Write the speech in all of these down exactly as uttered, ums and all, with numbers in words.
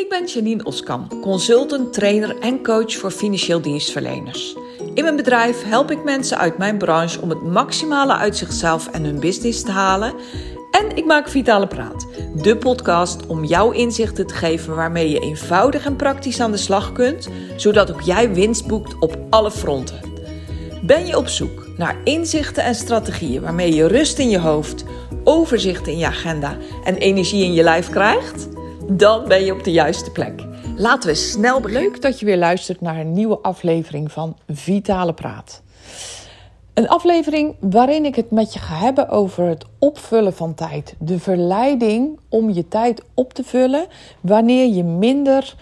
Ik ben Janine Oskam, consultant, trainer en coach voor financieel dienstverleners. In mijn bedrijf help ik mensen uit mijn branche om het maximale uit zichzelf en hun business te halen. En ik maak Vitale Praat, de podcast om jou inzichten te geven waarmee je eenvoudig en praktisch aan de slag kunt, zodat ook jij winst boekt op alle fronten. Ben je op zoek naar inzichten en strategieën waarmee je rust in je hoofd, overzicht in je agenda en energie in je lijf krijgt? Dan ben je op de juiste plek. Laten we snel beginnen. Leuk dat je weer luistert naar een nieuwe aflevering van Vitale Praat. Een aflevering waarin ik het met je ga hebben over het opvullen van tijd. De verleiding om je tijd op te vullen wanneer je minder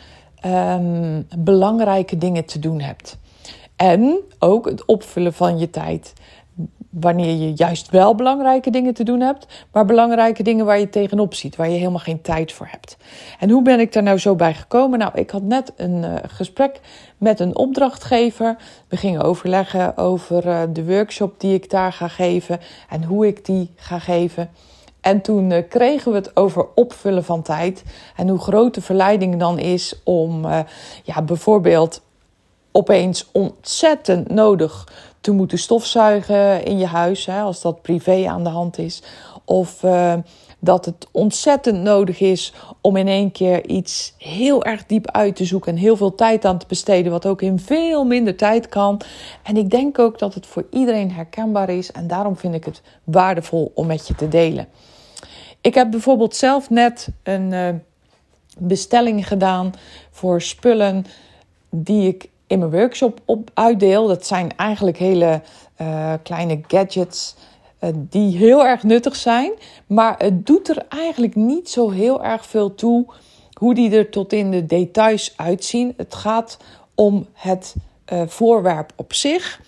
um, belangrijke dingen te doen hebt. En ook het opvullen van je tijd wanneer je juist wel belangrijke dingen te doen hebt, maar belangrijke dingen waar je tegenop ziet, waar je helemaal geen tijd voor hebt. En hoe ben ik daar nou zo bij gekomen? Nou, ik had net een uh, gesprek met een opdrachtgever. We gingen overleggen over uh, de workshop die ik daar ga geven en hoe ik die ga geven. En toen uh, kregen we het over opvullen van tijd en hoe groot de verleiding dan is om uh, ja, bijvoorbeeld opeens ontzettend nodig te moeten stofzuigen in je huis, hè, als dat privé aan de hand is. Of uh, dat het ontzettend nodig is om in één keer iets heel erg diep uit te zoeken en heel veel tijd aan te besteden, wat ook in veel minder tijd kan. En ik denk ook dat het voor iedereen herkenbaar is en daarom vind ik het waardevol om met je te delen. Ik heb bijvoorbeeld zelf net een uh, bestelling gedaan voor spullen die ik in mijn workshop op uitdeel. Dat zijn eigenlijk hele uh, kleine gadgets uh, die heel erg nuttig zijn. Maar het doet er eigenlijk niet zo heel erg veel toe hoe die er tot in de details uitzien. Het gaat om het uh, voorwerp op zich.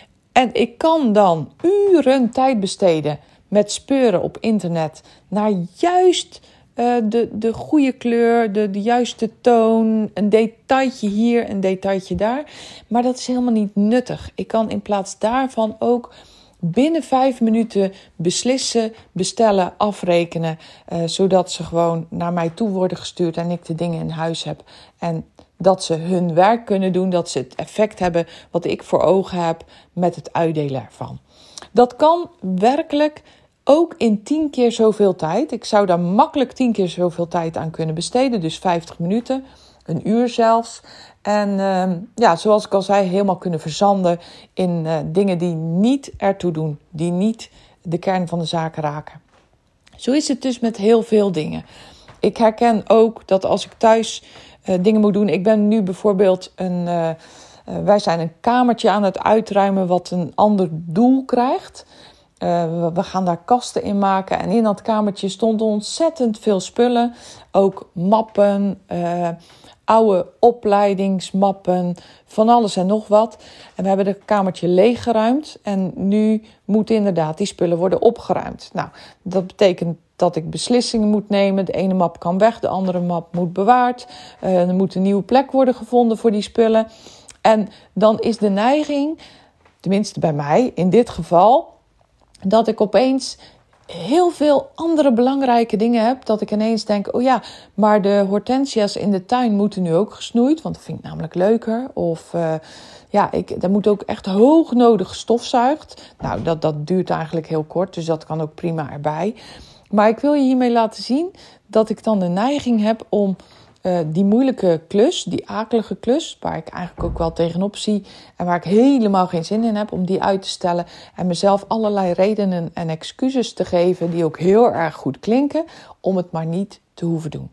En ik kan dan uren tijd besteden met speuren op internet naar juist Uh, de, de goede kleur, de, de juiste toon, een detailtje hier, een detailtje daar. Maar dat is helemaal niet nuttig. Ik kan in plaats daarvan ook binnen vijf minuten beslissen, bestellen, afrekenen. Uh, zodat ze gewoon naar mij toe worden gestuurd en ik de dingen in huis heb. En dat ze hun werk kunnen doen, dat ze het effect hebben wat ik voor ogen heb met het uitdelen ervan. Dat kan werkelijk ook in tien keer zoveel tijd. Ik zou daar makkelijk tien keer zoveel tijd aan kunnen besteden. Dus vijftig minuten, een uur zelfs. En uh, ja, zoals ik al zei, helemaal kunnen verzanden in uh, dingen die niet ertoe doen. Die niet de kern van de zaken raken. Zo is het dus met heel veel dingen. Ik herken ook dat als ik thuis uh, dingen moet doen. Ik ben nu bijvoorbeeld een Uh, uh, wij zijn een kamertje aan het uitruimen wat een ander doel krijgt. Uh, we gaan daar kasten in maken en in dat kamertje stonden ontzettend veel spullen. Ook mappen, uh, oude opleidingsmappen, van alles en nog wat. En we hebben het kamertje leeggeruimd en nu moeten inderdaad die spullen worden opgeruimd. Nou, dat betekent dat ik beslissingen moet nemen. De ene map kan weg, de andere map moet bewaard. Uh, er moet een nieuwe plek worden gevonden voor die spullen. En dan is de neiging, tenminste bij mij in dit geval, dat ik opeens heel veel andere belangrijke dingen heb. Dat ik ineens denk, oh ja, maar de hortensia's in de tuin moeten nu ook gesnoeid. Want dat vind ik namelijk leuker. Of uh, ja, ik, daar moet ook echt hoognodig gestofzuigd. Nou, dat, dat duurt eigenlijk heel kort. Dus dat kan ook prima erbij. Maar ik wil je hiermee laten zien dat ik dan de neiging heb om Uh, die moeilijke klus, die akelige klus, waar ik eigenlijk ook wel tegenop zie en waar ik helemaal geen zin in heb om die uit te stellen en mezelf allerlei redenen en excuses te geven die ook heel erg goed klinken om het maar niet te hoeven doen.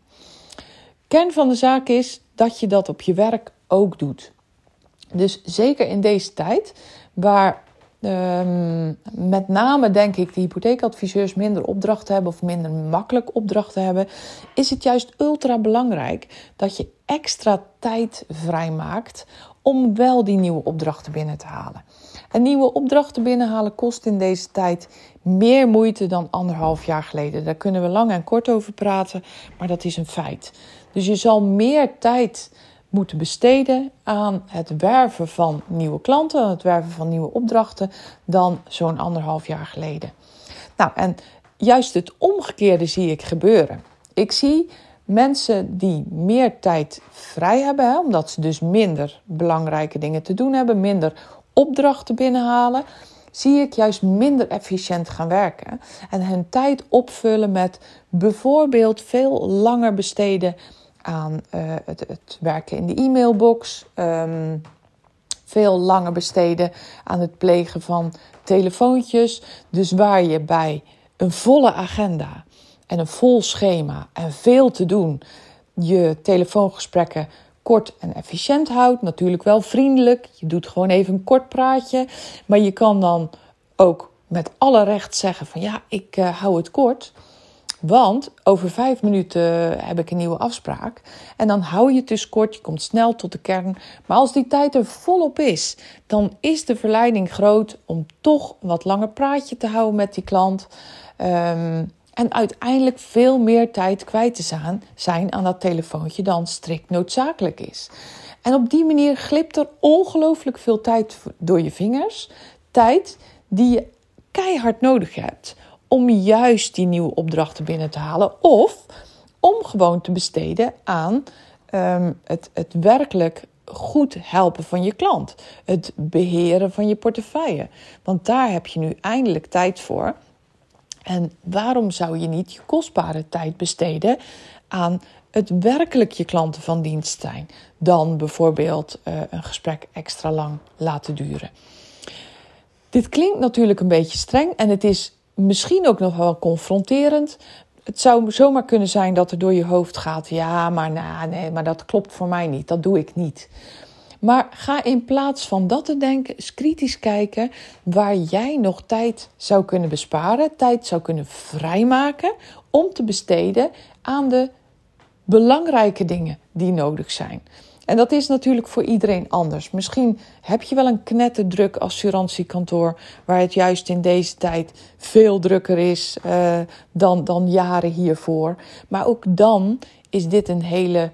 Kern van de zaak is dat je dat op je werk ook doet. Dus zeker in deze tijd waar Um, met name denk ik de hypotheekadviseurs minder opdrachten hebben of minder makkelijk opdrachten hebben, is het juist ultra belangrijk dat je extra tijd vrijmaakt om wel die nieuwe opdrachten binnen te halen. En nieuwe opdrachten binnenhalen kost in deze tijd meer moeite dan anderhalf jaar geleden. Daar kunnen we lang en kort over praten, maar dat is een feit. Dus je zal meer tijd moeten besteden aan het werven van nieuwe klanten, aan het werven van nieuwe opdrachten, dan zo'n anderhalf jaar geleden. Nou, en juist het omgekeerde zie ik gebeuren. Ik zie mensen die meer tijd vrij hebben, hè, omdat ze dus minder belangrijke dingen te doen hebben, minder opdrachten binnenhalen, zie ik juist minder efficiënt gaan werken. En hun tijd opvullen met bijvoorbeeld veel langer besteden aan uh, het, het werken in de e-mailbox. Um, veel langer besteden aan het plegen van telefoontjes. Dus waar je bij een volle agenda en een vol schema en veel te doen je telefoongesprekken kort en efficiënt houdt. Natuurlijk wel vriendelijk. Je doet gewoon even een kort praatje. Maar je kan dan ook met alle recht zeggen van ja, ik uh, hou het kort. Want over vijf minuten heb ik een nieuwe afspraak. En dan hou je het dus kort. Je komt snel tot de kern. Maar als die tijd er volop is, dan is de verleiding groot om toch een wat langer praatje te houden met die klant. Um, En uiteindelijk veel meer tijd kwijt te zijn, zijn aan dat telefoontje dan strikt noodzakelijk is. En op die manier glipt er ongelooflijk veel tijd door je vingers. Tijd die je keihard nodig hebt om juist die nieuwe opdrachten binnen te halen. Of om gewoon te besteden aan um, het, het werkelijk goed helpen van je klant. Het beheren van je portefeuille. Want daar heb je nu eindelijk tijd voor. En waarom zou je niet je kostbare tijd besteden aan het werkelijk je klanten van dienst zijn, dan bijvoorbeeld uh, een gesprek extra lang laten duren? Dit klinkt natuurlijk een beetje streng en het is misschien ook nog wel confronterend. Het zou zomaar kunnen zijn dat er door je hoofd gaat, ja, maar, nou, nee, maar dat klopt voor mij niet, dat doe ik niet. Maar ga in plaats van dat te denken, eens kritisch kijken waar jij nog tijd zou kunnen besparen, tijd zou kunnen vrijmaken om te besteden aan de belangrijke dingen die nodig zijn. En dat is natuurlijk voor iedereen anders. Misschien heb je wel een knetterdruk assurantiekantoor waar het juist in deze tijd veel drukker is uh, dan, dan jaren hiervoor. Maar ook dan is dit een hele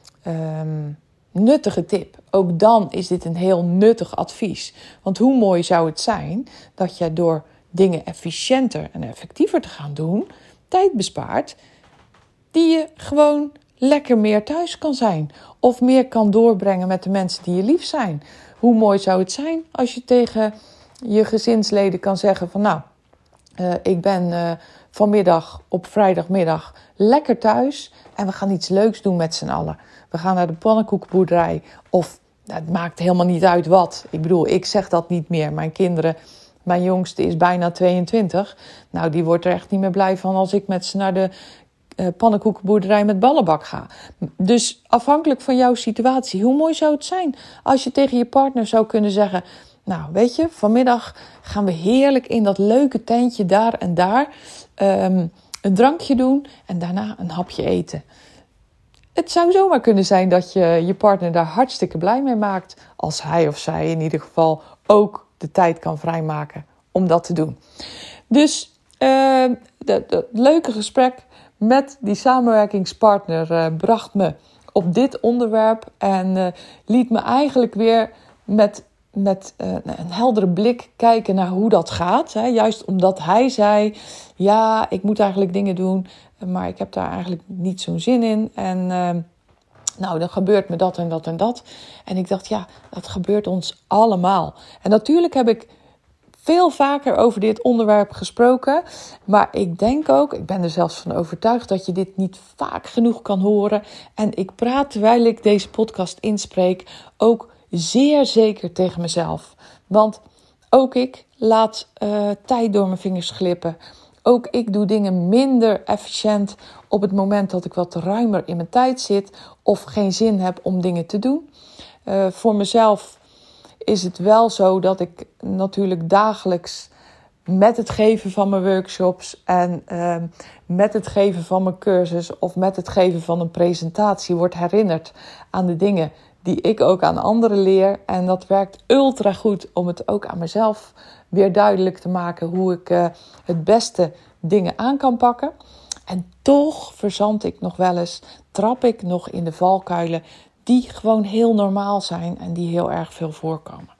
Um, nuttige tip. Ook dan is dit een heel nuttig advies. Want hoe mooi zou het zijn dat je door dingen efficiënter en effectiever te gaan doen, tijd bespaart die je gewoon lekker meer thuis kan zijn. Of meer kan doorbrengen met de mensen die je lief zijn. Hoe mooi zou het zijn als je tegen je gezinsleden kan zeggen van nou, uh, ik ben uh, vanmiddag op vrijdagmiddag lekker thuis en we gaan iets leuks doen met z'n allen. We gaan naar de pannenkoekenboerderij of het maakt helemaal niet uit wat. Ik bedoel, ik zeg dat niet meer. Mijn kinderen, mijn jongste is bijna tweeëntwintig. Nou, die wordt er echt niet meer blij van als ik met ze naar de uh, pannenkoekenboerderij met ballenbak ga. Dus afhankelijk van jouw situatie, hoe mooi zou het zijn als je tegen je partner zou kunnen zeggen, nou, weet je, vanmiddag gaan we heerlijk in dat leuke tentje daar en daar um, een drankje doen en daarna een hapje eten. Het zou zomaar kunnen zijn dat je je partner daar hartstikke blij mee maakt, als hij of zij in ieder geval ook de tijd kan vrijmaken om dat te doen. Dus uh, het leuke gesprek met die samenwerkingspartner uh, bracht me op dit onderwerp en uh, liet me eigenlijk weer met, met uh, een heldere blik kijken naar hoe dat gaat. Hè. Juist omdat hij zei, ja, ik moet eigenlijk dingen doen, maar ik heb daar eigenlijk niet zo'n zin in. En uh, nou, dan gebeurt me dat en dat en dat. En ik dacht, ja, dat gebeurt ons allemaal. En natuurlijk heb ik veel vaker over dit onderwerp gesproken. Maar ik denk ook, ik ben er zelfs van overtuigd dat je dit niet vaak genoeg kan horen. En ik praat terwijl ik deze podcast inspreek ook zeer zeker tegen mezelf. Want ook ik laat uh, tijd door mijn vingers glippen. Ook ik doe dingen minder efficiënt op het moment dat ik wat ruimer in mijn tijd zit of geen zin heb om dingen te doen. Uh, voor mezelf is het wel zo dat ik natuurlijk dagelijks met het geven van mijn workshops en uh, met het geven van mijn cursus of met het geven van een presentatie word herinnerd aan de dingen die ik ook aan anderen leer. En dat werkt ultra goed om het ook aan mezelf weer duidelijk te maken hoe ik uh, het beste dingen aan kan pakken. En toch verzand ik nog wel eens, trap ik nog in de valkuilen die gewoon heel normaal zijn en die heel erg veel voorkomen.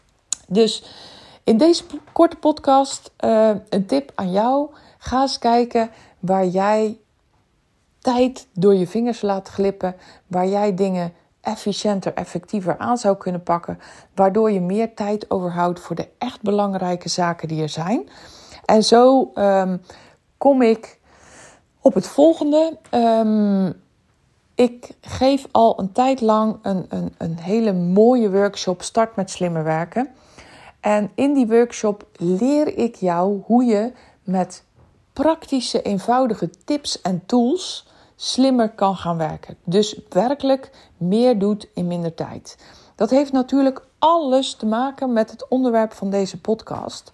Dus in deze korte podcast uh, een tip aan jou. Ga eens kijken waar jij tijd door je vingers laten glippen, waar jij dingen efficiënter, effectiever aan zou kunnen pakken, waardoor je meer tijd overhoudt voor de echt belangrijke zaken die er zijn. En zo um, kom ik op het volgende. Um, ik geef al een tijd lang een, een, een hele mooie workshop, Start met Slimmer Werken. En in die workshop leer ik jou hoe je met praktische, eenvoudige tips en tools slimmer kan gaan werken. Dus werkelijk meer doet in minder tijd. Dat heeft natuurlijk alles te maken met het onderwerp van deze podcast.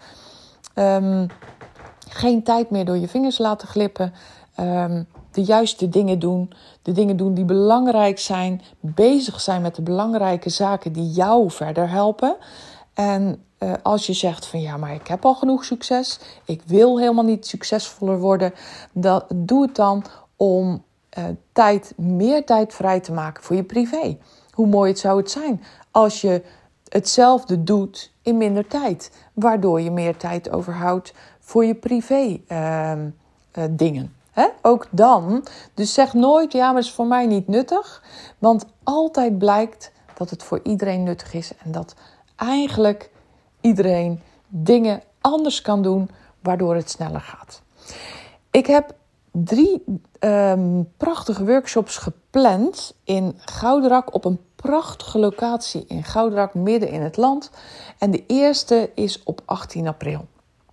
Um, geen tijd meer door je vingers laten glippen. Um, de juiste dingen doen. De dingen doen die belangrijk zijn. Bezig zijn met de belangrijke zaken die jou verder helpen. En uh, als je zegt van ja, maar ik heb al genoeg succes. Ik wil helemaal niet succesvoller worden. Dat, doe het dan om uh, tijd, meer tijd vrij te maken voor je privé. Hoe mooi het zou het zijn als je hetzelfde doet in minder tijd. Waardoor je meer tijd overhoudt voor je privé uh, uh, dingen. He? Ook dan. Dus zeg nooit, ja, maar het is voor mij niet nuttig. Want altijd blijkt dat het voor iedereen nuttig is. En dat eigenlijk iedereen dingen anders kan doen, waardoor het sneller gaat. Ik heb drie um, prachtige workshops gepland in Gouderak op een prachtige locatie in Gouderak, midden in het land. En de eerste is op achttien april.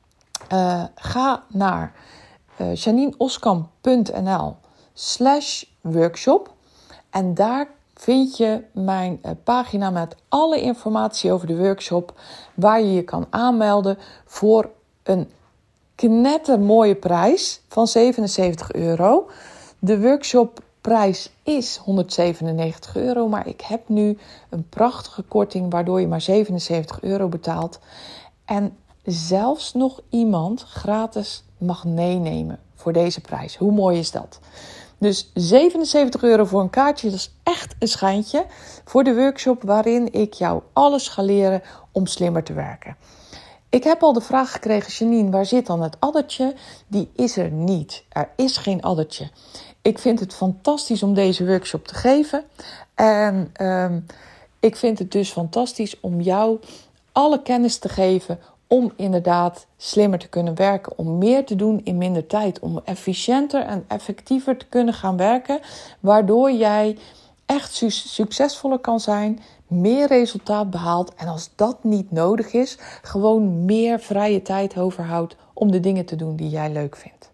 Uh, ga naar uh, janineoskamp.nl slash workshop en daar vind je mijn uh, pagina met alle informatie over de workshop, waar je je kan aanmelden voor een knettermooie prijs van zevenenzeventig euro. De workshopprijs is honderdzevenennegentig euro, maar ik heb nu een prachtige korting waardoor je maar zevenenzeventig euro betaalt. En zelfs nog iemand gratis mag meenemen voor deze prijs. Hoe mooi is dat? Dus zevenenzeventig euro voor een kaartje, dat is echt een schijntje voor de workshop waarin ik jou alles ga leren om slimmer te werken. Ik heb al de vraag gekregen, Janine, waar zit dan het addertje? Die is er niet. Er is geen addertje. Ik vind het fantastisch om deze workshop te geven. En um, ik vind het dus fantastisch om jou alle kennis te geven om inderdaad slimmer te kunnen werken, om meer te doen in minder tijd, om efficiënter en effectiever te kunnen gaan werken, waardoor jij echt su- succesvoller kan zijn, meer resultaat behaalt en als dat niet nodig is, gewoon meer vrije tijd overhoudt om de dingen te doen die jij leuk vindt.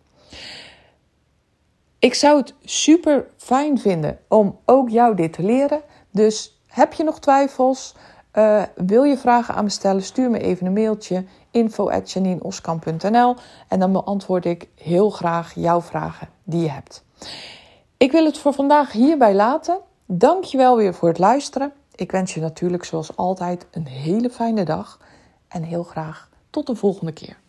Ik zou het super fijn vinden om ook jou dit te leren, dus heb je nog twijfels? Uh, wil je vragen aan me stellen? Stuur me even een mailtje info at janineoskamp punt n l en dan beantwoord ik heel graag jouw vragen die je hebt. Ik wil het voor vandaag hierbij laten. Dank je wel weer voor het luisteren. Ik wens je natuurlijk zoals altijd een hele fijne dag en heel graag tot de volgende keer.